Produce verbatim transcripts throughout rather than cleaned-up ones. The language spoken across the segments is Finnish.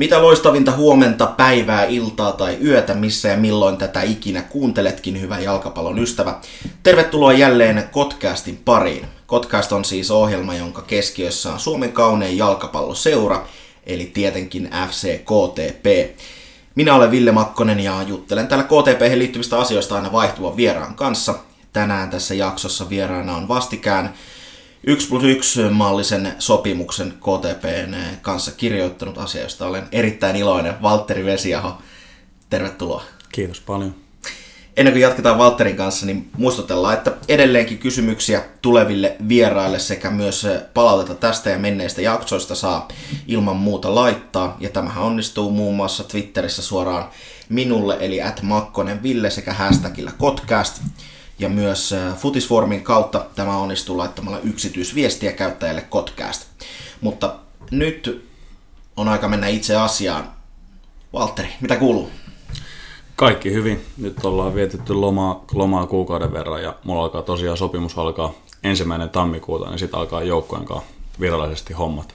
Mitä loistavinta huomenta, päivää, iltaa tai yötä, missä ja milloin tätä ikinä kuunteletkin, hyvä jalkapallon ystävä. Tervetuloa jälleen Kotcastin pariin. Kotcast on siis ohjelma, jonka keskiössä on Suomen kaunein jalkapalloseura, eli tietenkin F C K T P. Minä olen Ville Makkonen ja juttelen täällä K T P:hen liittyvistä asioista aina vaihtuvan vieraan kanssa. Tänään tässä jaksossa vieraana on vastikään yksi plus yksi mallisen sopimuksen K T P:n kanssa kirjoittanut asia, josta olen erittäin iloinen. Valtteri Vesiaho, tervetuloa. Kiitos paljon. Ennen kuin jatketaan Valtterin kanssa, niin muistutellaan, että edelleenkin kysymyksiä tuleville vieraille sekä myös palautetta tästä ja menneistä jaksoista saa ilman muuta laittaa. Ja tämähän onnistuu muun muassa Twitterissä suoraan minulle, eli at Makkonen Ville sekä hashtagillä Kotcast. Ja myös Futisformin kautta tämä onnistuu laittamalla yksityisviestiä käyttäjälle Kotcast. Mutta nyt on aika mennä itse asiaan. Valtteri, mitä kuuluu? Kaikki hyvin. Nyt ollaan vietetty lomaa, lomaa kuukauden verran ja mulla alkaa tosiaan sopimus alkaa ensimmäinen tammikuuta, niin sitten alkaa joukkojen kanssa virallisesti hommat.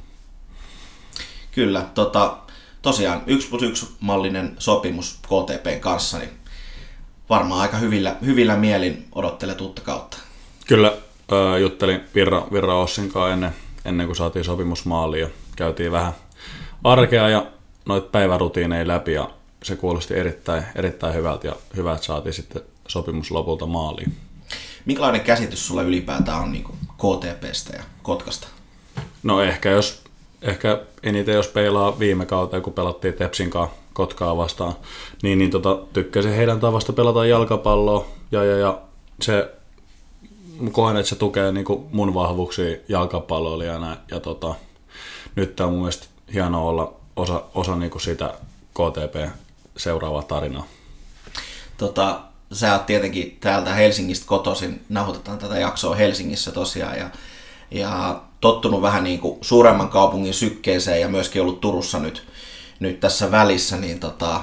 Kyllä, tota, tosiaan yksi plus yksi mallinen sopimus K T P:n kanssa, niin varmaan aika hyvillä, hyvillä mielin odottelet uutta kautta. Kyllä, äh, juttelin Virra, Virra Ossin kanssa ennen, ennen kuin saatiin sopimus maaliin ja käytiin vähän arkea ja noita päivärutiineja läpi ja se kuulosti erittäin, erittäin hyvältä ja hyvä, että saatiin sitten sopimus lopulta maaliin. Minkälainen käsitys sulla ylipäätään on niin kuin K T P:stä ja Kotkasta? No ehkä, jos, ehkä eniten jos peilaa viime kautta, kun pelattiin Tepsin kanssa Kotkaa vastaan, niin, niin tota, tykkäsin heidän tavasta pelata jalkapalloa ja, ja, ja se, koen, että se tukee niin kuin mun vahvuuksia jalkapalloilijana ja tota, nyt on mun mielestä hienoa olla osa, osa niin kuin sitä K T P seuraavaa tarinaa. Tota, sä oot tietenkin täältä Helsingistä kotoisin, nauhoitetaan tätä jaksoa Helsingissä tosiaan ja, ja tottunut vähän niin kuin suuremman kaupungin sykkeeseen ja myöskin ollut Turussa nyt, nyt tässä välissä, niin tota,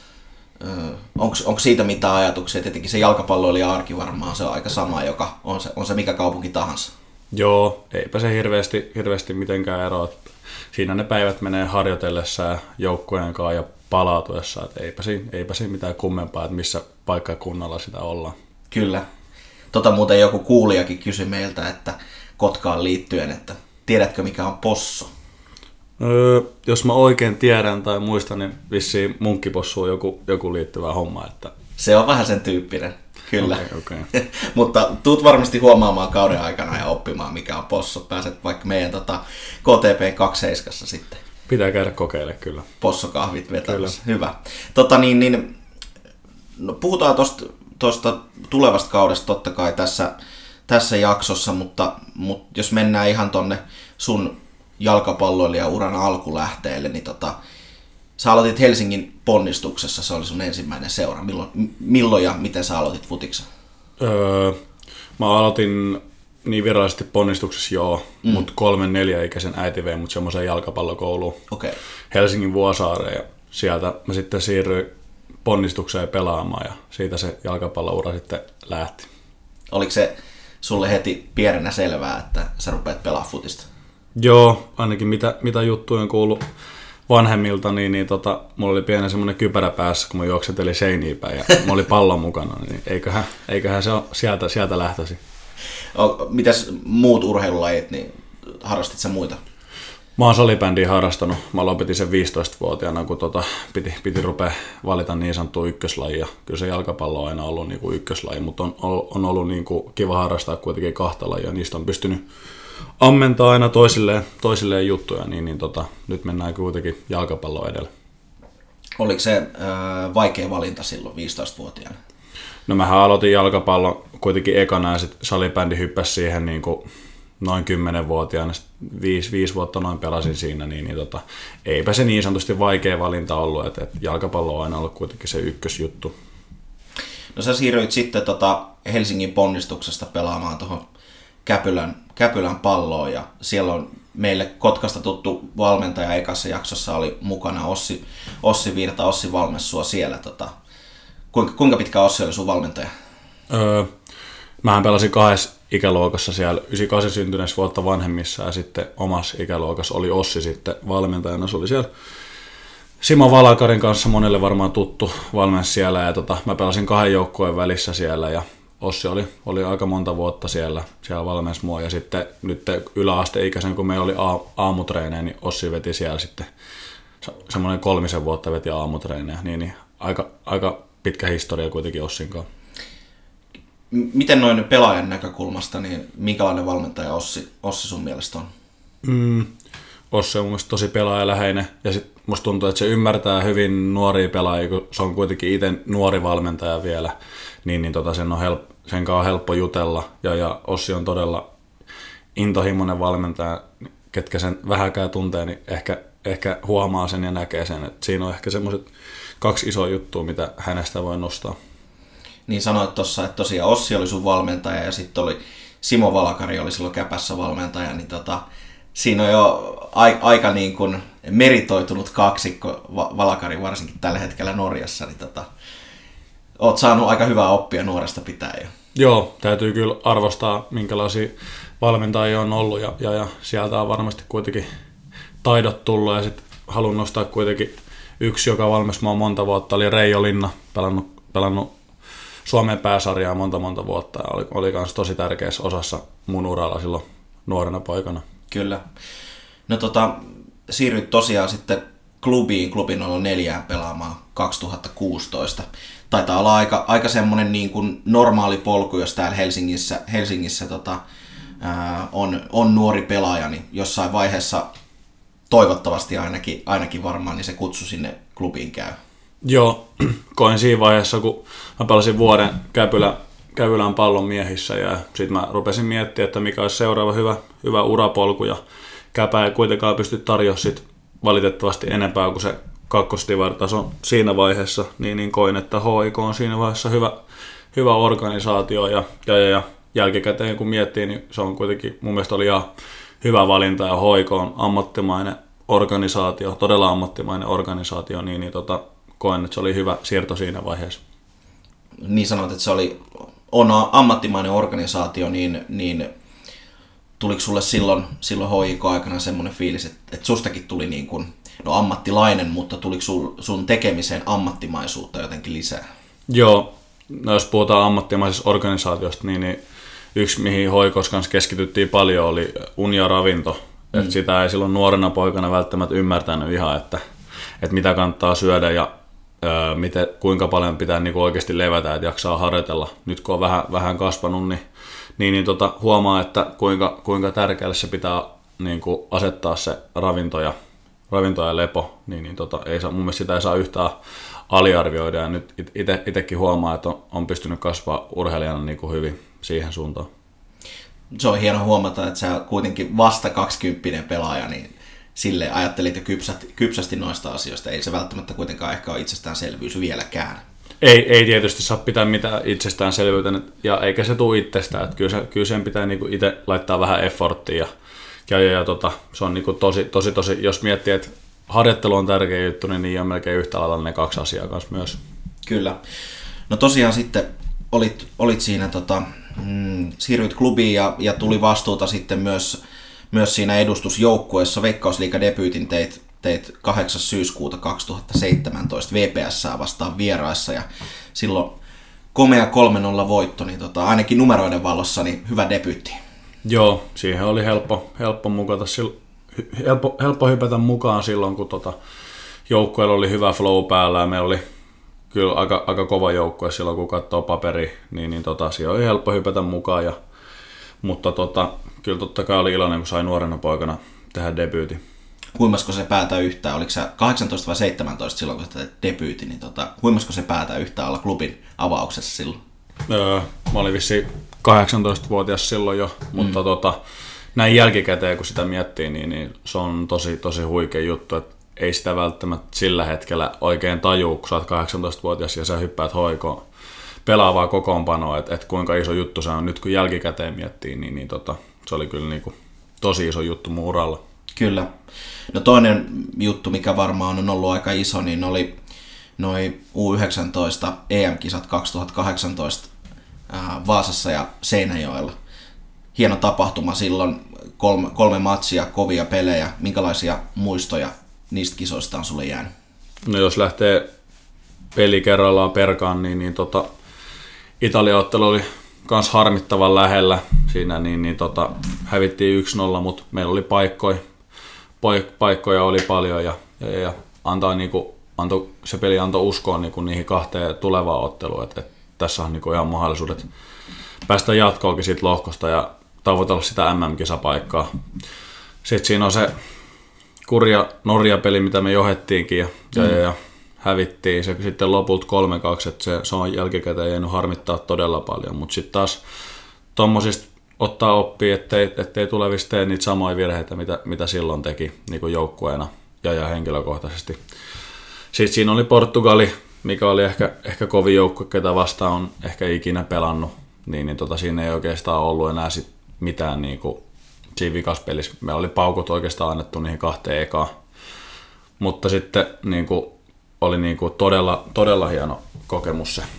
onko siitä mitään ajatuksia? Tietenkin se jalkapalloilija arki varmaan se on aika sama, joka on se, on se mikä kaupunki tahansa. Joo, eipä se hirveästi, hirveästi mitenkään eroa. Siinä ne päivät menee harjoitellessa ja joukkueen kanssa ja palautuessa, että eipä siinä, eipä siinä mitään kummempaa, että missä paikkakunnalla sitä ollaan. Kyllä. Tota muuten joku kuulijakin kysyi meiltä, että Kotkaan liittyen, että tiedätkö mikä on posso? Öö, jos mä oikein tiedän tai muistan, niin vissiin munkkipossu on joku, joku liittyvä homma. Että... Se on vähän sen tyyppinen, kyllä. Okay, okay. Mutta tuut varmasti huomaamaan kauden aikana ja oppimaan mikä on posso. Pääset vaikka meidän tota, K T P kaksikymmentäseitsemän sitten. Pitää käydä kokeile kyllä. Possokahvit vetämässä. Hyvä. Tota, niin, niin, no, puhutaan tuosta tulevasta kaudesta totta kai tässä, tässä jaksossa, mutta, mutta jos mennään ihan tonne sun jalkapalloilijan-uran alkulähteelle, niin tota, sä aloitit Helsingin Ponnistuksessa, se oli sun ensimmäinen seura. Milloin, milloin ja miten sä aloitit futiksen? Öö, mä aloitin niin virallisesti Ponnistuksessa joo, mm. mutta kolmen neljä ikäisen äiti vei mut semmoiseen jalkapallokouluun okay. Helsingin Vuosaareen ja sieltä mä sitten siirryin Ponnistukseen pelaamaan ja siitä se jalkapalloura sitten lähti. Oliko se sulle heti pienenä selvää, että sä rupeat pelaamaan futista? Joo, ainakin mitä, mitä juttuja on kuullut vanhemmilta, niin, niin tota, mulla oli pieni semmoinen kypärä päässä, kun mä juoksetelin seiniä päin ja mulla oli pallon mukana, niin eiköhän, eiköhän se ole sieltä, sieltä lähtöisin. Mitäs muut urheilulajit, niin harrastit sä muita? Mä oon salibändiä harrastanut. Mä lopetin sen viisitoistavuotiaana, kun tota, piti, piti rupea valita niin sanottua ykköslajia. Kyllä se jalkapallo on aina ollut niin kuin ykköslaji, mutta on, on ollut niin kuin kiva harrastaa kuitenkin kahta lajia. Niistä on pystynyt ammentaa aina toisilleen, toisilleen juttuja, niin, niin tota, nyt mennään kuitenkin jalkapallo edellä. Oliko se äh, vaikea valinta silloin viisitoistavuotiaana? No mähän aloitin jalkapallon kuitenkin ekana ja sitten salibändi hyppäsi siihen niin kuin noin kymmenvuotiaana, viisi, viisi vuotta noin pelasin siinä, niin, niin tota, eipä se niin sanotusti vaikea valinta ollut, että, että jalkapallo on aina ollut kuitenkin se ykkösjuttu. No sä siirryit sitten tota Helsingin Ponnistuksesta pelaamaan tuohon Käpylän, Käpylän palloon ja siellä on meille Kotkasta tuttu valmentaja ekassa jaksossa oli mukana Ossi, Ossi Virta, Ossi valmes sua siellä. Tota, kuinka, kuinka pitkä Ossi oli sun valmentaja? Öö, mähän pelasin kahdessa ikäluokassa siellä yhdeksänkymmentäkahdeksan syntyneessä vuotta vanhemmissa ja sitten omassa ikäluokassa oli Ossi sitten valmentajana. Se oli siellä Simo Valakarin kanssa monelle varmaan tuttu valmens siellä ja tota, mä pelasin kahden joukkueen välissä siellä ja Ossi oli, oli aika monta vuotta siellä, siellä valmens mua ja sitten nyt yläasteikäisen kun meillä oli aamutreenejä, niin Ossi veti siellä sitten semmoinen kolmisen vuotta veti aamutreenejä, niin, niin aika, aika pitkä historia kuitenkin Ossin kanssa. Miten noin pelaajan näkökulmasta, niin minkälainen valmentaja Ossi, Ossi sun mielestä on? Mm, Ossi on mun mielestä tosi pelaajaläheinen ja sit musta tuntuu, että se ymmärtää hyvin nuoria pelaajia, kun se on kuitenkin itse nuori valmentaja vielä, niin, niin tota sen, on help, sen kanssa on helppo jutella ja, ja Ossi on todella intohimoinen valmentaja, ketkä sen vähäkään tuntee, niin ehkä, ehkä huomaa sen ja näkee sen, että siinä on ehkä semmoiset kaksi isoa juttua, mitä hänestä voi nostaa. Niin sanoit tuossa, että tosiaan Ossi oli sun valmentaja ja sitten oli Simo Valakari oli silloin Käpässä valmentaja, niin tota, siinä on jo aika niin kuin meritoitunut kaksikko, Valakari varsinkin tällä hetkellä Norjassa, niin tota, oot saanut aika hyvää oppia nuoresta pitäen jo. Joo, täytyy kyllä arvostaa, minkälaisia valmentajia on ollut ja, ja, ja sieltä on varmasti kuitenkin taidot tullut ja sitten haluan nostaa kuitenkin yksi, joka valmis mua monta vuotta, oli Reijo Linna, pelannut, pelannut Suomen pääsarjaa monta monta vuotta ja oli, oli kans tosi tärkeässä osassa mun uralla silloin nuorena poikana. Kyllä. No tota, siirryt tosiaan sitten klubiin, klubin nolla neljään pelaamaan kaksituhattakuusitoista. Taitaa olla aika, aika semmoinen niin kuin normaali polku, jos täällä Helsingissä, Helsingissä tota, ää, on, on nuori pelaaja, niin jossain vaiheessa toivottavasti ainakin, ainakin varmaan niin se kutsu sinne klubiin käy. Joo, koin siinä vaiheessa, kun mä pelasin vuoden Käpylä, Käpylän pallon miehissä ja sitten mä rupesin miettimään, että mikä olisi seuraava hyvä, hyvä urapolku ja Käpä ei kuitenkaan pysty tarjoamaan sit valitettavasti enempää kuin se kakkosdivartaso siinä vaiheessa, niin, niin koin, että H I K on siinä vaiheessa hyvä, hyvä organisaatio ja, ja, ja, ja jälkikäteen kun miettii, niin se on kuitenkin mun mielestä oli ihan hyvä valinta ja H I K on ammattimainen organisaatio, todella ammattimainen organisaatio, niin, niin tota, koen, että se oli hyvä siirto siinä vaiheessa. Niin sanoit, että se oli, on ammattimainen organisaatio, niin, niin tuliko sulle silloin, silloin H I K-aikana semmoinen fiilis, että, että sustakin tuli niin kuin, no ammattilainen, mutta tuliko sun, sun tekemiseen ammattimaisuutta jotenkin lisää? Joo, no jos puhutaan ammattimaisesta organisaatiosta, niin, niin yksi mihin H I K:ssa kanssa keskityttiin paljon oli uni ja ravinto. Mm. Että sitä ei silloin nuorena poikana välttämättä ymmärtänyt ihan, että, että mitä kannattaa syödä ja öö, miten, kuinka paljon pitää niin kuin oikeasti levätä, että jaksaa harjoitella. Nyt kun on vähän, vähän kasvanut, niin, niin, niin tota, huomaa, että kuinka, kuinka tärkeälle se pitää niin kuin asettaa se ravinto ja, ravinto ja lepo. Niin, niin tota, ei saa, mun mielestä sitä ei saa yhtään aliarvioida ja nyt itsekin huomaa, että on, on pystynyt kasvaa urheilijana niin kuin hyvin siihen suuntaan. Se on hieno huomata, että sä kuitenkin vasta kaksikymppinen pelaaja, niin sille ajattelit jo kypsästi, kypsästi noista asioista. Ei se välttämättä kuitenkaan ehkä ole itsestäänselvyys vieläkään. Ei, ei tietysti saa pitää mitään itsestäänselvyyttä, ja eikä se tule itsestään. Että kyllä, se, kyllä sen pitää niinku itse laittaa vähän efforttia. Ja, ja, ja, ja tota, se on niinku tosi, tosi, tosi, jos miettii, että harjoittelu on tärkeä juttu, niin niin on melkein yhtä lailla ne kaksi asiaa kanssa myös. Kyllä. No tosiaan sitten olit, olit siinä, tota, mm, siirryit klubiin ja, ja tuli vastuuta sitten myös, myös siinä edustusjoukkueessa. Veikkausliiga-debyytin teit, teit kahdeksas syyskuuta kaksituhattaseitsemäntoista V P S:ää vastaan vieraissa ja silloin komea kolme nolla voitto, niin tota, ainakin numeroiden valossa niin hyvä debyytti. Joo, siihen oli helppo, helppo, mukata, helppo, helppo hypätä mukaan silloin, kun tota, joukkueella oli hyvä flow päällä ja meillä oli kyllä aika, aika kova joukkue silloin, kun katsoo paperi, niin, niin tota, siihen oli helppo hypätä mukaan. Ja, mutta tota, kyllä totta kai oli iloinen, kun sai nuorena poikana tehdä debyytin. Huimasko se päätä yhtään? Oliko se kahdeksantoista vai seitsemäntoista silloin, kun teit debyytin? Niin tota, huimasko se päätä yhtään olla klubin avauksessa silloin? Öö, mä olin vissiin kahdeksantoistavuotias silloin jo, mm. mutta tota, näin jälkikäteen, kun sitä miettii, niin, niin se on tosi, tosi huikea juttu, että ei sitä välttämättä sillä hetkellä oikein tajuu, kun sä oot kahdeksantoistavuotias ja sä hyppäät hoikoon pelaavaa kokoonpanoa, että et kuinka iso juttu se on. Nyt kun jälkikäteen miettii, niin, niin tota, se oli kyllä niinku tosi iso juttu mun uralla. Kyllä. No toinen juttu, mikä varmaan on ollut aika iso, niin oli noi U yhdeksäntoista E M-kisat kaksituhattakahdeksantoista ää, Vaasassa ja Seinäjoella. Hieno tapahtuma silloin, kolme, kolme matsia, kovia pelejä. Minkälaisia muistoja niistä kisoista on sulle jäänyt? No jos lähtee peli kerrallaan perkaan, niin, niin tota, Italia-ottelu oli kans harmittavan lähellä siinä, niin, niin tota, hävittiin yksi nolla, mutta meillä oli paikkoja, paik- paikkoja oli paljon ja, ja, ja antaa, niinku, antoi, se peli antoi uskoa niinku, niihin kahteen tulevaan otteluun, että et tässä on niinku, ihan mahdollisuudet päästä jatkoonkin siitä lohkosta ja tavoitella sitä M M-kisapaikkaa. Sitten siinä on se kurja Norja-peli, mitä me johettiinkin ja, mm. ja, ja hävittiin se sitten lopulta kolme kaksi, että se, se on jälkikäteen jäänyt harmittaa todella paljon, mutta sitten taas tommosista ottaa oppia, ettei, ettei tulevista tee niitä samoja virheitä, mitä, mitä silloin teki niin kuin joukkueena ja, ja henkilökohtaisesti. Sitten siinä oli Portugali, mikä oli ehkä, ehkä kovin joukkue, ketä vastaan on ehkä ikinä pelannut, niin, niin tota, siinä ei oikeastaan ollut enää sit mitään niin kuin siinä vikaspelissä. Meillä oli paukut oikeastaan annettu niihin kahteen ekaan, mutta sitten niin kuin oli niin kuin todella, todella hieno kokemus se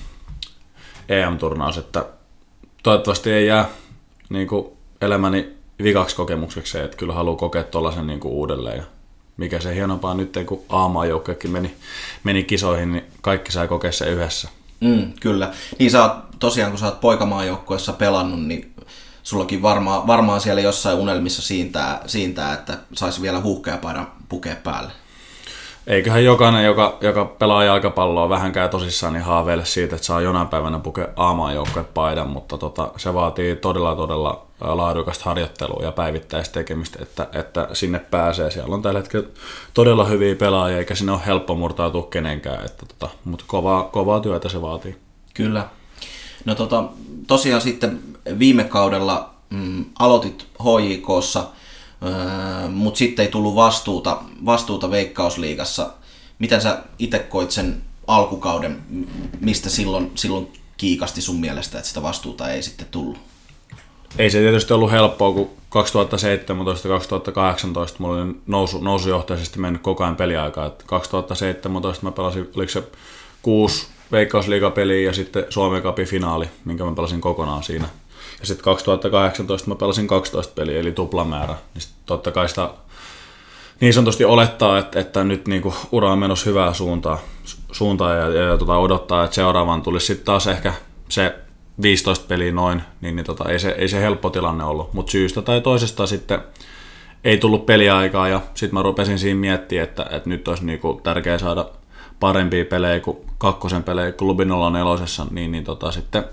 E M-turnaus, että toivottavasti ei jää niin kuin elämäni vikaksi kokemukseksi se, että kyllä haluaa kokea tuollaisen niin kuin uudelleen. Ja mikä se hienompaa nyt, kun A-maajoukkuekin meni, meni kisoihin, niin kaikki sai kokea se yhdessä. Mm, kyllä. Niin sä oot, tosiaan kun sä oot poikamaajoukkueessa pelannut, niin sullakin varmaan, varmaan siellä jossain unelmissa siintää, siintää että saisi vielä huuhkajapaidan pukea päälle. Eiköhän jokainen, joka, joka pelaa jalkapalloa vähänkään tosissaan, niin haaveile siitä, että saa jonain päivänä pukea A-maajoukkuepaidan, mutta tota, se vaatii todella todella laadukasta harjoittelua ja päivittäistä tekemistä, että, että sinne pääsee. Siellä on tällä hetkellä todella hyviä pelaajia, eikä sinne ole helppo murtautua kenenkään, että tota, mutta kovaa, kovaa työtä se vaatii. Kyllä. No tota, tosiaan sitten viime kaudella mm, aloitit H J K:ssa, Öö, mutta sitten ei tullut vastuuta, vastuuta Veikkausliigassa. Miten sä itse koit sen alkukauden, mistä silloin, silloin kiikasti sun mielestä, että sitä vastuuta ei sitten tullut? Ei se tietysti ollut helppoa, kun kaksituhattaseitsemäntoista kaksituhattakahdeksantoista mulla oli nousu, nousujohtaisesti mennyt koko ajan peliaikaa. Et kaksituhattaseitsemäntoista mä pelasin, oliko se kuusi Veikkausliigapeliä ja sitten Suomen Cupin finaali, minkä mä pelasin kokonaan siinä. Ja sitten kaksituhattakahdeksantoista mä pelasin kaksitoista peliä, eli tuplamäärä. Niin totta kai sitä niin sanotusti olettaa, että, että nyt niinku ura on menossa hyvää suuntaan, suuntaan ja, ja, ja tota, odottaa, että seuraavan tulisi sitten taas ehkä se viisitoista peliä noin, niin, niin tota, ei, se, ei se helppo tilanne ollut. Mutta syystä tai toisesta sitten ei tullut peliaikaa ja sitten mä rupesin siinä miettimään, että, että nyt olisi niinku tärkeää saada parempia pelejä kuin kakkosen pelejä klubi nolla neljä, niin, niin tota, sitten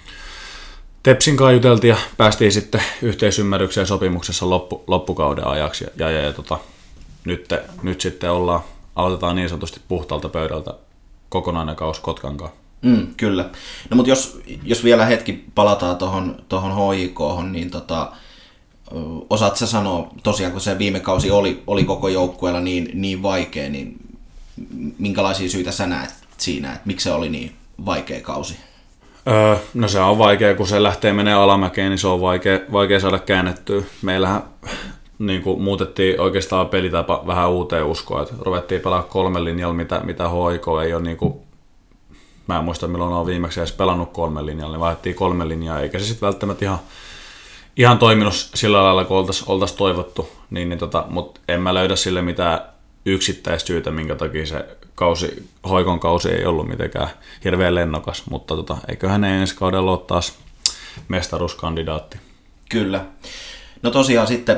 Tepsin kanssa juteltiin ja päästiin sitten yhteisymmärrykseen sopimuksessa loppu, loppukauden ajaksi. Ja, ja, ja tota, nyt, nyt sitten ollaan, aloitetaan niin sanotusti puhtaalta pöydältä kokonainen kaus Kotkan kanssa. Mm, kyllä. No mutta jos, jos vielä hetki palataan tuohon tohon H J K:hon, niin tota, osaat sä sanoa, tosiaan kun se viime kausi oli, oli koko joukkueella niin, niin vaikea, niin minkälaisia syitä sä näet siinä, että miksi se oli niin vaikea kausi? Öö, no se on vaikea, kun se lähtee menee alamäkeen, niin se on vaikea, vaikea saada käännettyä. Meillähän niin kuin, muutettiin oikeastaan pelitapa vähän uuteen uskoon, että ruvettiin pelaa kolme linjalla, mitä, mitä H I K ei ole, niin kuin, mä en muista milloin on viimeksi edes pelannut kolme linjalla, niin vaihdettiin kolme linjaa, eikä se sitten välttämättä ihan, ihan toiminut sillä lailla, kun oltaisiin oltais toivottu, niin, niin tota, mutta en mä löydä sille mitään yksittäistä syytä, minkä takia se kausi, Hoikon kausi ei ollut mitenkään hirveän lennokas, mutta tota, eiköhän ne ensi kaudella ole taas mestaruuskandidaatti. Kyllä. No tosiaan sitten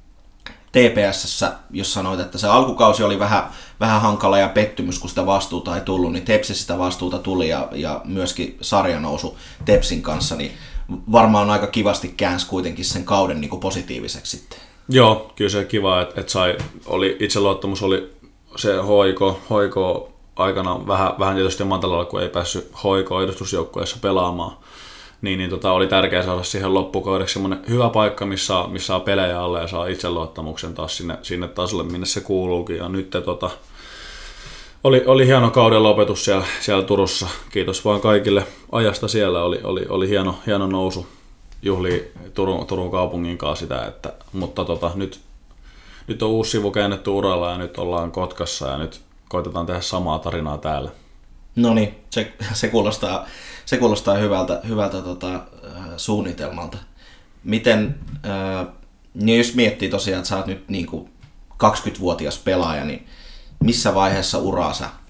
T P S:ssä, jos sanoit, että se alkukausi oli vähän, vähän hankala ja pettymys, kun sitä vastuuta ei tullut, niin Tepsissä sitä vastuuta tuli ja, ja myöskin sarjanousu Tepsin kanssa, niin varmaan aika kivasti käänsi kuitenkin sen kauden niin kuin positiiviseksi sitten. Joo, kyllä se kiva, että, että sai, oli, itseluottamus oli se H I K, H I K aikana vähän, vähän tietysti matalalla, kun ei päässyt H I K-edustusjoukkueessa pelaamaan. Niin, niin tota, oli tärkeää saada siihen loppukaudeksi semmoinen hyvä paikka, missä, missä saa pelejä alle ja saa itseluottamuksen taas sinne, sinne tasolle, minne se kuuluukin. Ja nyt tota, oli, oli hieno kauden lopetus siellä, siellä Turussa. Kiitos vaan kaikille ajasta siellä. Oli, oli, oli hieno, hieno nousu. Juhli Turun, Turun kaupungin kanssa sitä, että, mutta tota, nyt, nyt on uusi sivu käännetty uralla ja nyt ollaan Kotkassa ja nyt koitetaan tehdä samaa tarinaa täällä. No niin, se, se, kuulostaa, se kuulostaa hyvältä, hyvältä tota, suunnitelmalta. Miten, äh, niin jos miettii tosiaan, että sä oot nyt niin kuin kaksikymmentävuotias pelaaja, niin missä vaiheessa uraa sä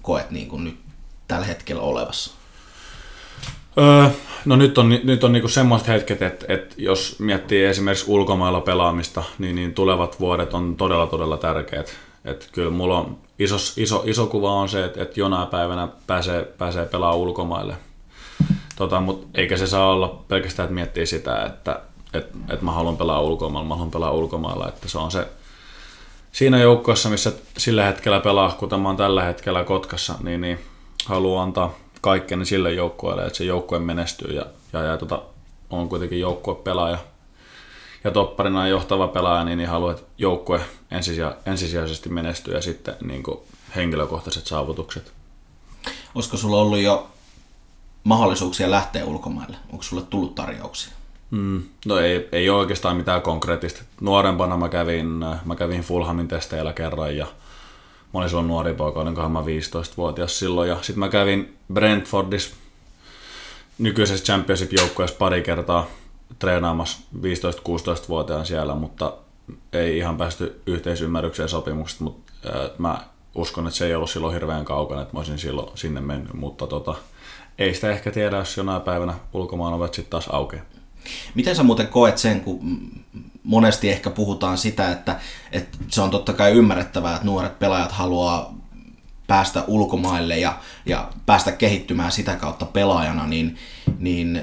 koet niin kuin nyt tällä hetkellä olevassa? Öö, no nyt on, nyt on niinku semmoiset hetket, että, että jos miettii esimerkiksi ulkomailla pelaamista, niin, niin tulevat vuodet on todella todella tärkeät. Että kyllä mulla on iso, iso, iso kuva on se, että, että jonain päivänä pääsee, pääsee pelaamaan ulkomaille. Tota, mut eikä se saa olla pelkästään, että miettii sitä, että, että, että mä haluan pelaa ulkomailla, mä haluan pelaa ulkomailla. Että se on se siinä joukkueessa, missä sillä hetkellä pelaa, kuten mä oon tällä hetkellä Kotkassa, niin, niin haluan antaa kaikkeni sille joukkueelle, että se joukkue menestyy ja, ja, ja tota, on kuitenkin joukkuepelaaja ja topparina johtava pelaaja, niin, niin haluan, että joukkue ensisija, ensisijaisesti menestyy ja sitten niin kuin henkilökohtaiset saavutukset. Olisiko sulla ollut jo mahdollisuuksia lähteä ulkomaille? Onko sulle tullut tarjouksia? Mm, no ei, ei ole oikeastaan mitään konkreettista. Nuorempana mä kävin, mä kävin Fulhamin testeillä kerran ja mä olin silloin nuori poika, olinkohan mä viisitoistavuotias silloin. Ja sitten mä kävin Brentfordissa nykyisessä Championship-joukkueessa pari kertaa treenaamassa viisitoista-kuusitoistavuotiaan siellä, mutta ei ihan päästy yhteisymmärrykseen sopimuksesta, mutta äh, mä uskon, että se ei ollut silloin hirveän kaukana, että mä olisin silloin sinne mennyt, mutta tota, ei sitä ehkä tiedä, jos jonain päivänä ulkomaan ovet sitten taas aukeaa. Miten sä muuten koet sen, kun monesti ehkä puhutaan sitä, että, että se on totta kai ymmärrettävää, että nuoret pelaajat haluaa päästä ulkomaille ja, ja päästä kehittymään sitä kautta pelaajana, niin, niin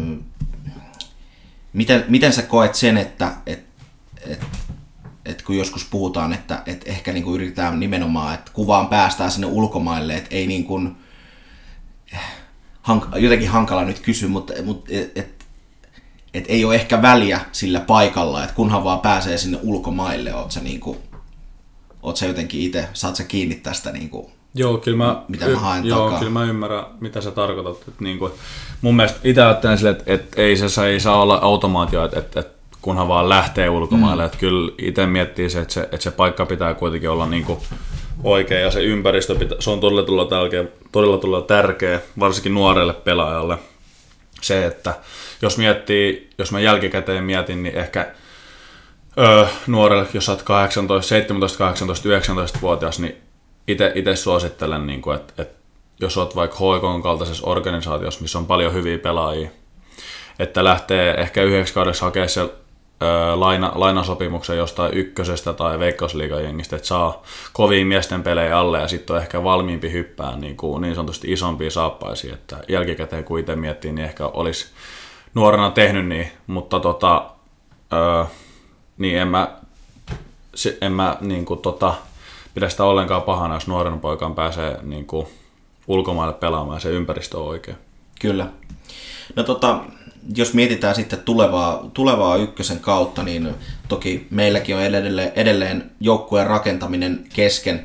miten, miten sä koet sen, että et, et, et kun joskus puhutaan, että et ehkä niinku yritetään nimenomaan, että kuvaan päästään sinne ulkomaille, että ei niin kuin, hank, jotenkin hankala nyt kysyä, mutta, mutta et, et, et ei ole ehkä väliä sillä paikalla, että kunhan vaan pääsee sinne ulkomaille, oot sä, niinku, oot sä jotenkin itse, saat sä kiinni tästä, niinku, joo, kyllä mä, mitä mä haen joo, takaa. Kyllä mä ymmärrän, mitä sä tarkoitat. Että niin kuin, mun mielestä itse ajattelen silleen, että, että ei se ei saa olla automaatio, että, että, että kunhan vaan lähtee ulkomaille. Mm. Että kyllä itse miettii se, että se, että se paikka pitää kuitenkin olla niin kuin oikea ja se ympäristö pitää, se on todella todella tärkeä, todella todella tärkeä, varsinkin nuorelle pelaajalle. Se, että jos miettii, jos mä jälkikäteen mietin, niin ehkä öö, nuorelle, jos sä oot kahdeksantoista, seitsemäntoista, kahdeksantoista, yhdeksäntoista-vuotias, niin itse suosittelen, niin kuin, että, että jos olet vaikka H K N kaltaisessa organisaatiossa, missä on paljon hyviä pelaajia, että lähtee ehkä yhdeksi kaudeksi hakemaan se ää, laina, lainasopimuksen jostain ykkösestä tai Veikkausliigan jengistä, että saa kovia miesten pelejä alle ja sitten on ehkä valmiimpi hyppää niin, kuin niin sanotusti isompia saappaisia, että jälkikäteen kun itse miettii, niin ehkä olisi nuorena tehnyt niin, mutta tota, ää, niin en mä, se, en mä niin kuin, tota, pidä sitä ollenkaan pahana, jos nuoren poikaan pääsee niin kuin, ulkomaille pelaamaan ja se ympäristö on oikein. Kyllä. No tota, jos mietitään sitten tulevaa, tulevaa ykkösen kautta, niin toki meilläkin on edelleen, edelleen joukkueen rakentaminen kesken.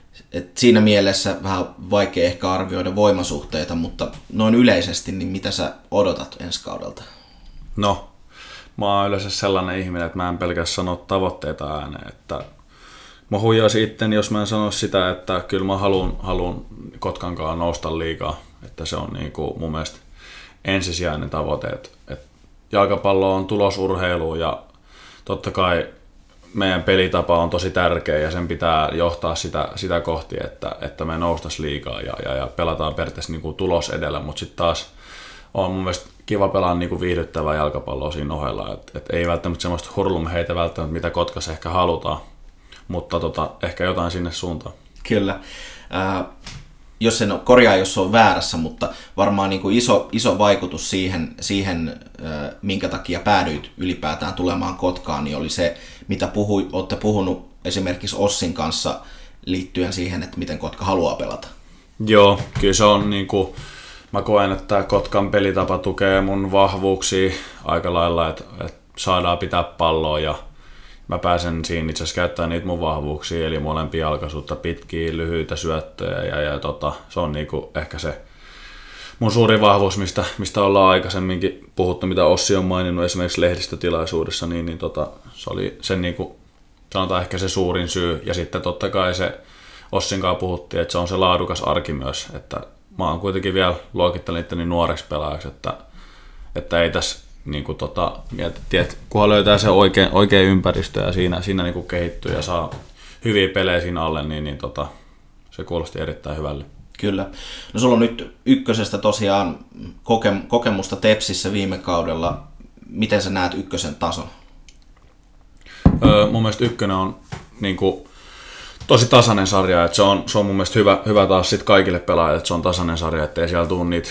Et siinä mielessä vähän vaikea ehkä arvioida voimasuhteita, mutta noin yleisesti, niin mitä sä odotat ensi kaudelta? No, mä oon yleensä sellainen ihminen, että mä en pelkästään sano tavoitteita ääneen, että mä huijaisin itteni, jos mä en sano sitä, että kyllä mä haluan, haluan Kotkankaan nousta liigaa, että se on niin kuin mun mielestä ensisijainen tavoite, että, että jalkapallo on tulosurheilu ja totta kai meidän pelitapa on tosi tärkeä ja sen pitää johtaa sitä, sitä kohti, että, että me noustaisiin liigaa ja, ja, ja pelataan periaatteessa niin kuin tulos edellä, mutta sitten taas on mun mielestä kiva pelaa niin kuin viihdyttävää jalkapalloa siinä ohella, että, että ei välttämättä semmoista hurlumheitä välttämättä, mitä Kotkassa ehkä halutaan. Mutta tota, ehkä jotain sinne suuntaan. Kyllä. Äh, jos en ole, korjaa, jos on väärässä, mutta varmaan niin kuin iso, iso vaikutus siihen, siihen äh, minkä takia päädyit ylipäätään tulemaan Kotkaan, niin oli se, mitä puhui, olette puhunut esimerkiksi Ossin kanssa liittyen siihen, että miten Kotka haluaa pelata. Joo, kyllä se on niin kuin, mä koen, että Kotkan pelitapa tukee mun vahvuuksia aika lailla, että, että saadaan pitää palloa ja mä pääsen siinä itse asiassa käyttämään niitä mun vahvuuksia, eli molempia jalkaisuutta, pitkiä, lyhyitä syöttöjä, ja, ja tota, se on niinku ehkä se mun suuri vahvuus, mistä, mistä ollaan aikaisemminkin puhuttu, mitä Ossi on maininnut esimerkiksi lehdistötilaisuudessa, niin, niin tota, se oli se niinku, sanotaan ehkä se suurin syy, ja sitten totta kai se Ossin kanssa puhuttiin, että se on se laadukas arki myös, että mä oon kuitenkin vielä luokittelin itteni nuoreksi pelaajaksi, että, että ei tässä niin kuin tota, mietittiin, että kunhan löytää se oikein, oikein ympäristö ja siinä, siinä niin kuin kehittyy ja saa hyviä pelejä siinä alle, niin, niin tota, se kuulosti erittäin hyvälle. Kyllä. No sulla on nyt ykkösestä tosiaan koke- kokemusta Tepsissä viime kaudella. Miten sä näet ykkösen tason? Öö, mun mielestä ykkönen on niin kuin, tosi tasainen sarja. Että se, on, se on mun mielestä hyvä, hyvä taas sit kaikille pelaajille, että se on tasainen sarja, ettei siellä tule niitä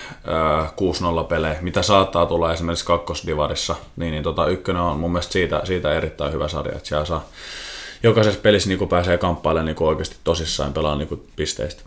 öö, kuusi nolla pelejä, mitä saattaa tulla esimerkiksi kakkosdivarissa. Niin, niin tota, ykkönen on mun mielestä siitä, siitä erittäin hyvä sarja, että siellä saa jokaisessa pelissä niin pääsee kamppailemaan niin oikeasti tosissaan pelaa niin pisteistä.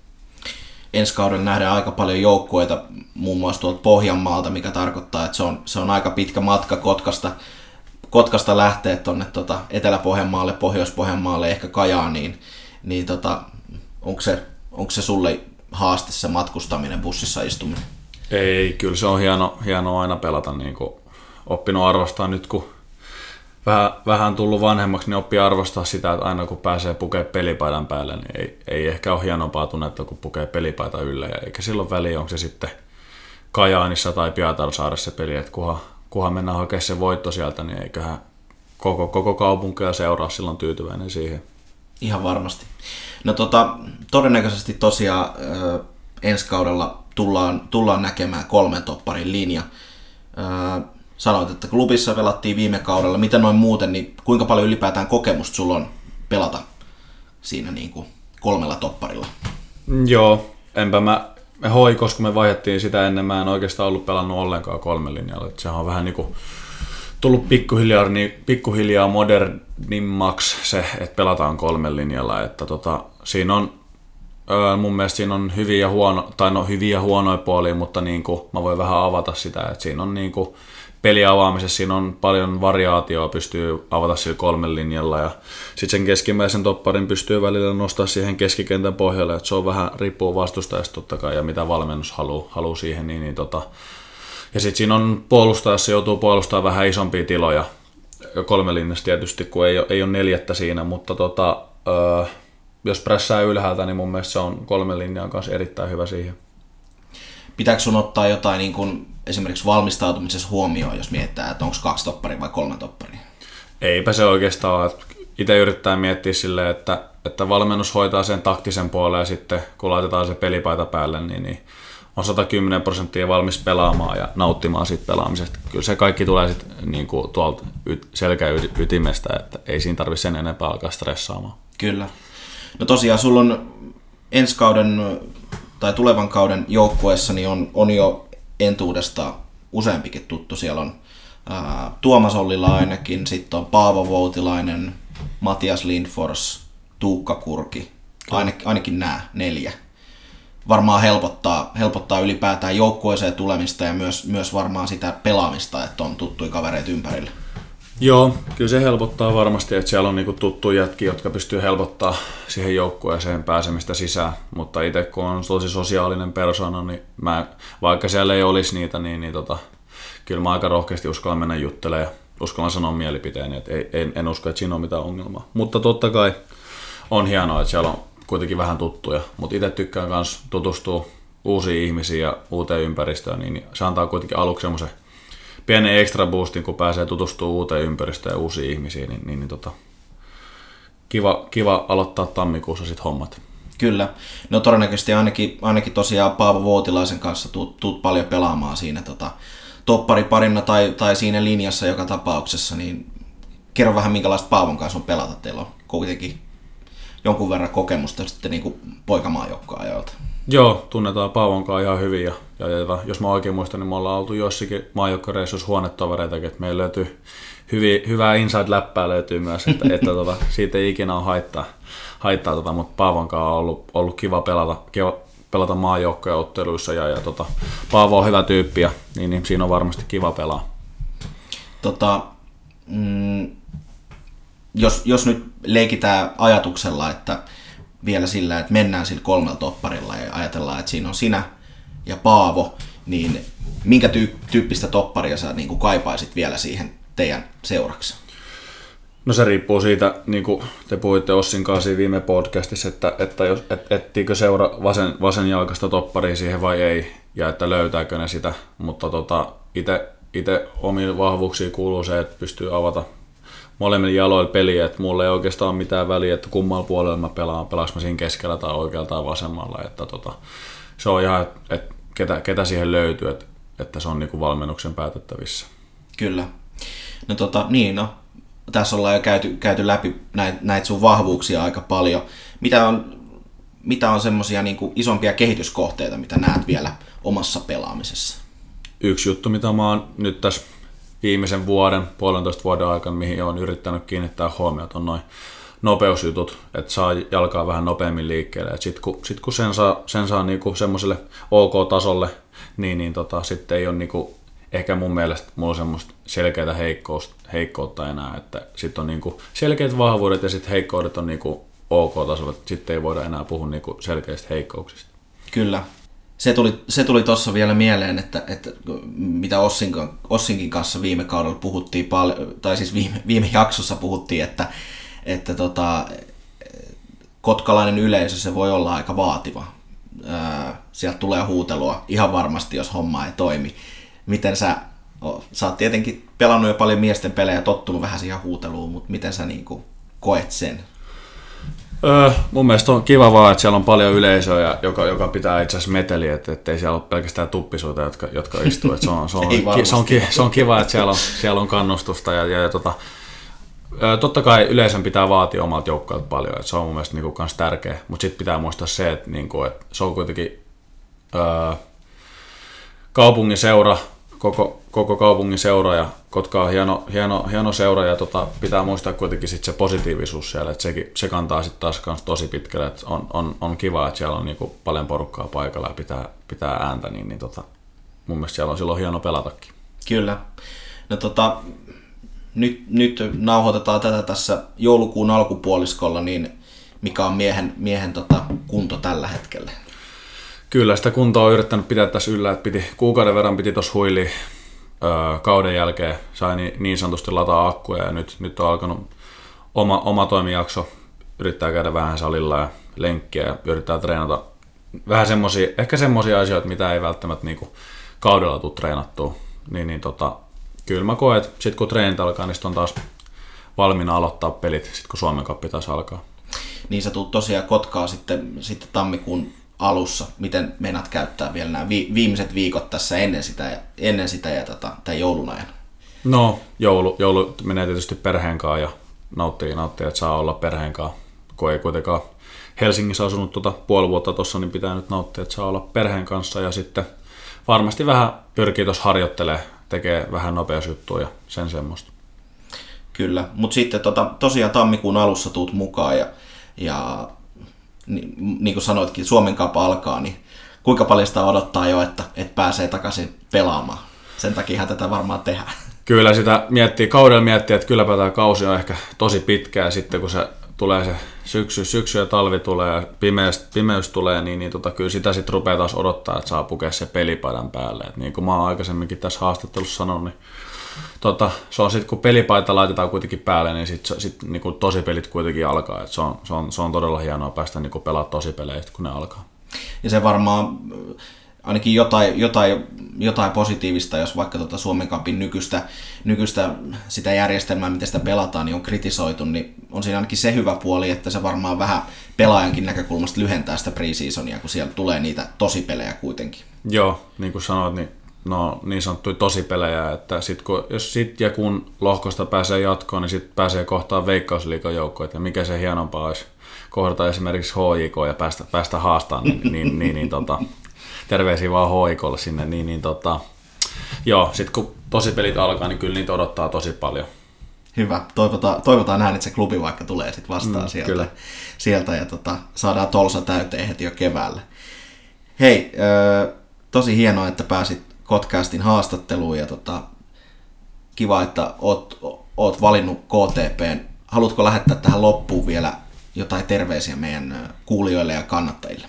Ensi kaudella nähdään aika paljon joukkueita, muun muassa tuolta Pohjanmaalta, mikä tarkoittaa, että se on, se on aika pitkä matka Kotkasta, Kotkasta lähteä tuonne tota Etelä-Pohjanmaalle, Pohjois-Pohjanmaalle, ehkä Kajaaniin. Niin tota, onko se, onko se sulle haaste se matkustaminen, bussissa istuminen? Ei, kyllä se on hieno, hieno aina pelata. Niin kuin oppinut arvostaa nyt, kun vähän, vähän tullut vanhemmaksi, niin oppii arvostaa sitä, että aina kun pääsee pukemaan pelipaidan päälle, niin ei, ei ehkä ole hienompaa tunnetta, kun pukee pelipaita yllä. Ja eikä silloin väliä, onko se sitten Kajaanissa tai Pietarsaaressa se peli, että kunhan, kunhan mennään hakemaan se voitto sieltä, niin eiköhän koko, koko kaupunki ja seuraa silloin tyytyväinen siihen. Ihan varmasti. No tota, todennäköisesti tosiaan äh, ensi kaudella tullaan, tullaan näkemään kolmen topparin linja. Äh, Sanoit, että klubissa pelattiin viime kaudella. Miten noin muuten, niin kuinka paljon ylipäätään kokemusta sulla on pelata siinä niin kuin kolmella topparilla? Joo, enpä mä, me hoi, koska me vaihdettiin sitä ennen, mä en oikeastaan ollut pelannut ollenkaan kolmen linjalla. Et sehän on vähän niin kuin tullut pikkuhiljaa, niin pikkuhiljaa modernimmaksi se, että pelataan kolmen linjalla. Että tota, siinä on, öö, mun mielestä siinä on hyviä ja, huono, tai no, hyviä ja huonoja puolia, mutta niin kuin, mä voin vähän avata sitä, että siinä on niin kuin peliavaamisessa siinä on paljon variaatioa, pystyy avata sillä kolmen linjalla ja sitten sen keskimmäisen topparin pystyy välillä nostaa siihen keskikentän pohjalle, että se on vähän riippuu vastustajasta totta kai ja mitä valmennus haluaa haluu siihen. Niin, niin tota. Ja sitten siinä on puolustajassa joutuu puolustamaan vähän isompia tiloja kolmen linjassa tietysti, kun ei ole, ei ole neljättä siinä, mutta tota, öö, jos prässää ylhäältä, niin mun mielestä se on kolmen linjan kanssa erittäin hyvä siihen. Pitääkö sun ottaa jotain niin kuin esimerkiksi valmistautumisessa huomioon, jos mietitään, että onko kaksi topparia vai kolme topparia? Eipä se oikeastaan. Itse yrittää miettiä silleen, että, että valmennus hoitaa sen taktisen puolen ja sitten kun laitetaan se pelipaita päälle, niin, niin on sata kymmenen prosenttia valmis pelaamaan ja nauttimaan siitä pelaamisesta. Kyllä se kaikki tulee sitten niin kuin tuolta selkäytimestä, että ei siinä tarvitse sen enempää alkaa stressaamaan. Kyllä. No tosiaan sulla on ensi kauden tai tulevan kauden joukkueessa niin on, on jo entuudesta useampikin tuttu. Siellä on ää, Tuomas Ollila ainakin, sitten on Paavo Voutilainen, Matias Lindfors, Tuukka Kurki, ainakin, ainakin nämä neljä. Varmaan helpottaa, helpottaa ylipäätään joukkueeseen tulemista ja myös, myös varmaan sitä pelaamista, että on tuttuja kavereita ympärillä. Joo, kyllä se helpottaa varmasti, että siellä on niinku tuttuja jätkiä, jotka pystyy helpottaa siihen joukkueeseen pääsemistä sisään. Mutta itse kun on tosi sosiaalinen persona, niin mä, vaikka siellä ei olisi niitä, niin, niin tota, kyllä mä aika rohkeasti uskallan mennä juttelemaan ja uskallan sanoa mielipiteeni, että ei, en, en usko, että siinä on mitään ongelmaa. Mutta totta kai on hienoa, että siellä on kuitenkin vähän tuttuja, mutta itse tykkään myös tutustua uusiin ihmisiin ja uuteen ympäristöön, niin se antaa kuitenkin aluksi semmoisen pienen extra boostin, kun pääsee tutustumaan uuteen ympäristöön ja uusiin ihmisiin, niin, niin, niin tota, kiva, kiva aloittaa tammikuussa sit hommat. Kyllä. No todennäköisesti ainakin, ainakin tosiaan Paavo Voutilaisen kanssa tuut, tuut paljon pelaamaan siinä tota, toppariparina tai, tai siinä linjassa joka tapauksessa, niin kerro vähän minkälaista Paavon kanssa on pelata. Teillä on kuitenkin jonkun verran kokemusta sitten niin kuin poikamaajoukkoajoilta. Joo, tunnetaan Paavon kanssa ihan hyvin ja, ja, ja jos mä oikein muistan, niin me ollaan oltu jossakin maajoukkoreissuissa huonetovereitakin, että meillä löytyy hyviä, hyvää inside-läppää löytyy myös, että, että tota, siitä ei ikinä ole haittaa, haittaa tota, mutta Paavon kanssa on ollut, ollut kiva pelata, kiva pelata maajoukkoja otteluissa ja, ja tota, Paavo on hyvä tyyppi ja niin, niin siinä on varmasti kiva pelaa. Tota, mm, jos, jos nyt leikitään ajatuksella, että vielä sillä, että mennään sillä kolmella topparilla ja ajatellaan, että siinä on sinä ja Paavo, niin minkä tyyppistä topparia sä niin kuin kaipaisit vielä siihen teidän seuraksi? No se riippuu siitä, niin kuin te puhuitte Ossin kanssa viime podcastissa, että, että jos, et, ettiikö seura vasen, vasenjalkaista topparia siihen vai ei, ja että löytääkö ne sitä, mutta tota, itse omiin vahvuuksiin kuuluu se, että pystyy avata molemmilla jaloilla peliä, että mulla ei oikeastaan ole mitään väliä, että kummalla puolella mä pelaan, pelaanko mä siinä keskellä tai oikealla tai vasemmalla, että tota, se on ihan, että ketä, ketä siihen löytyy, että, että se on niinku valmennuksen päätettävissä. Kyllä. No tota, niin no, tässä ollaan jo käyty, käyty läpi näitä, näitä sun vahvuuksia aika paljon. Mitä on, mitä on semmoisia niinku isompia kehityskohteita, mitä näet vielä omassa pelaamisessa? Yksi juttu, mitä mä oon nyt tässä viimeisen vuoden, puolentoista vuoden aikana, mihin olen yrittänyt kiinnittää huomiota, on noin nopeusjutut, että saa jalkaa vähän nopeammin liikkeelle. Sitten kun, sit kun sen saa, sen saa niinku semmoiselle OK-tasolle, niin, niin tota, sitten ei ole niinku, ehkä mun mielestä mulla on semmoista selkeää heikkoutta enää, että sitten on niinku selkeät vahvuudet ja sitten heikkoudet on niinku OK-tasolla, sitten ei voida enää puhua niinku selkeistä heikkouksista. Kyllä. Se tuli, se tuli tuossa vielä mieleen, että, että mitä Ossin, Ossinkin kanssa viime kaudella puhuttiin paljon, tai siis viime, viime jaksossa puhuttiin, että, että tota, kotkalainen yleisö se voi olla aika vaativa. Ää, sieltä tulee huutelua ihan varmasti, jos homma ei toimi. Miten sä, sä oot tietenkin pelannut jo paljon miesten pelejä, tottunut vähän siihen huuteluun, mutta miten sä niin kuin koet sen? Öö, mun mielestä on kiva vaan, että siellä on paljon yleisöä, joka, joka pitää itse asiassa meteliä, että ettei siellä ole pelkästään tuppisuita, jotka, jotka istuu. Että se, on, se, on, se, on, se on kiva, että siellä on, siellä on kannustusta. Ja, ja, ja tota, öö, totta kai yleisön pitää vaatia omalta joukkueelta paljon, että se on mun mielestä niinku kans tärkeä. Mutta sitten pitää muistaa se, että, niinku, että se on kuitenkin öö, kaupungin seura, koko, koko kaupungin seura ja Kotka on hieno, hieno, hieno seura ja tota, pitää muistaa kuitenkin sit se positiivisuus siellä, että sekin, se kantaa sitten taas kans tosi pitkälle, että on, on, on kiva, että siellä on niinku paljon porukkaa paikalla ja pitää, pitää ääntä, niin, niin tota, mun mielestä siellä on silloin hieno pelatakin. Kyllä. No tota, nyt, nyt nauhoitetaan tätä tässä joulukuun alkupuoliskolla, niin mikä on miehen, miehen tota, kunto tällä hetkellä? Kyllä, sitä kuntoa on yrittänyt pitää tässä yllä, että piti, kuukauden verran piti tuossa huiliin öö, kauden jälkeen, sai niin, niin sanotusti lataa akkuja ja nyt, nyt on alkanut oma, oma toimijakso, yrittää käydä vähän salilla ja lenkkiä ja yrittää treenata vähän semmosia, ehkä semmosia asioita, mitä ei välttämättä niinku kaudella tule treenattua, niin, niin tota, kyllä mä koen, että sit kun treenit alkaa, niin sit on taas valmiina aloittaa pelit, sit kun Suomen Cup taas alkaa. Niin sä tulet tosiaan Kotkaa sitten, sitten tammikuun alussa, miten meinaat käyttää vielä nämä vi- viimeiset viikot tässä ennen sitä ja, ennen sitä ja tota, tämän joulun ajan? No, joulu, joulu menee tietysti perheen kanssa ja nauttii, nauttii, että saa olla perheen kanssa. Kun ei kuitenkaan Helsingissä asunut tuota puoli vuotta tuossa, niin pitää nyt nauttia, että saa olla perheen kanssa ja sitten varmasti vähän pyrkii tuossa harjoittelemaan, tekee vähän nopeusjuttua ja sen semmoista. Kyllä, mutta sitten tota, tosiaan tammikuun alussa tuut mukaan ja, ja niin, niin kuin sanoitkin, Suomen Cup alkaa, niin kuinka paljon sitä odottaa jo, että, että pääsee takaisin pelaamaan? Sen takia tätä varmaan tehdään. Kyllä sitä miettii, kaudella miettii, että kylläpä tämä kausi on ehkä tosi pitkä ja sitten kun se tulee se syksy, syksy ja talvi tulee ja pimeys, pimeys tulee, niin, niin tota, kyllä sitä sitten rupeaa taas odottaa, että saa pukea se pelipaidan päälle. Et niin kuin mä oon aikaisemminkin tässä haastattelussa sanonut, niin tota, se on sitten kun pelipaita laitetaan kuitenkin päälle, niin sitten sit, niinku tosipelit kuitenkin alkaa. Et se, on, se, on, se on todella hienoa päästä niinku pelaamaan tosipelejä, kun ne alkaa. Ja se varmaan ainakin jotain, jotain, jotain positiivista, jos vaikka tuota Suomen Cupin nykyistä, nykyistä sitä järjestelmää, miten sitä pelataan, niin on kritisoitu, niin on siinä ainakin se hyvä puoli, että se varmaan vähän pelaajankin näkökulmasta lyhentää sitä pre-seasonia, kun siellä tulee niitä tosipelejä kuitenkin. Joo, niin kuin sanoit, niin no niin sanottuja tosipelejä, että sit kun, jos sit ja kun lohkosta pääsee jatkoon, niin sitten pääsee kohtaan Veikkausliigan joukkoja, ja mikä se hienompaa olisi kohdata esimerkiksi H J K ja päästä, päästä haastamaan, niin, niin, niin, niin tota, terveisiä vaan H J K:lle sinne, niin, niin tota, joo, sitten kun tosipelit alkaa, niin kyllä niitä odottaa tosi paljon. Hyvä, toivotaan, toivotaan näin, että se klubi vaikka tulee sitten vastaan mm, sieltä, sieltä ja tota, saadaan tolsa täyteen heti jo keväällä. Hei, ö, tosi hienoa, että pääsit Kotcastin haastatteluun ja tota, kiva, että oot, oot valinnut K T P:n. Haluatko lähettää tähän loppuun vielä jotain terveisiä meidän kuulijoille ja kannattajille?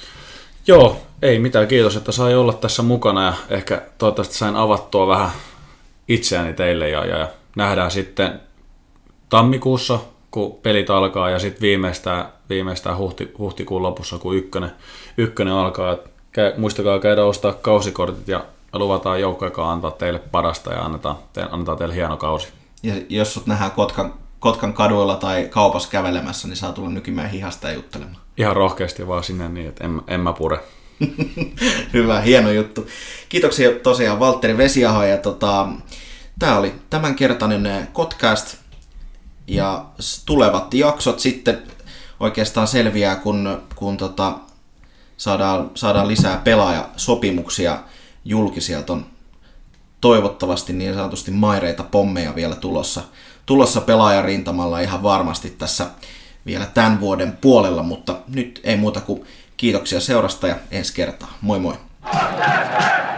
Joo, ei mitään. Kiitos, että sai olla tässä mukana ja ehkä toivottavasti sain avattua vähän itseäni teille ja, ja nähdään sitten tammikuussa, kun pelit alkaa ja sitten viimeistään, viimeistään huhti, huhtikuun lopussa, kun ykkönen, ykkönen alkaa. Muistakaa käydä ostaa kausikortit ja luvataan joukkojakaan antaa teille parasta ja annetaan, te, annetaan teille hieno kausi. Ja jos sut nähdään Kotkan, Kotkan kaduilla tai kaupassa kävelemässä, niin saa tulla nykimään hihasta ja juttelemaan. Ihan rohkeasti vaan sinne niin, että en, en mä pure. Hyvä, hieno juttu. Kiitoksia tosiaan Valtteri Vesiaho. Ja tota, tää oli tämänkertainen Kotcast. Ja tulevat jaksot sitten oikeastaan selviää, kun, kun tota, saadaan, saadaan lisää pelaajasopimuksia julki. Sieltä on toivottavasti niin sanotusti maireita pommeja vielä tulossa, tulossa pelaajarintamalla ihan varmasti tässä vielä tämän vuoden puolella, mutta nyt ei muuta kuin kiitoksia seurasta ja ensi kertaa. Moi moi!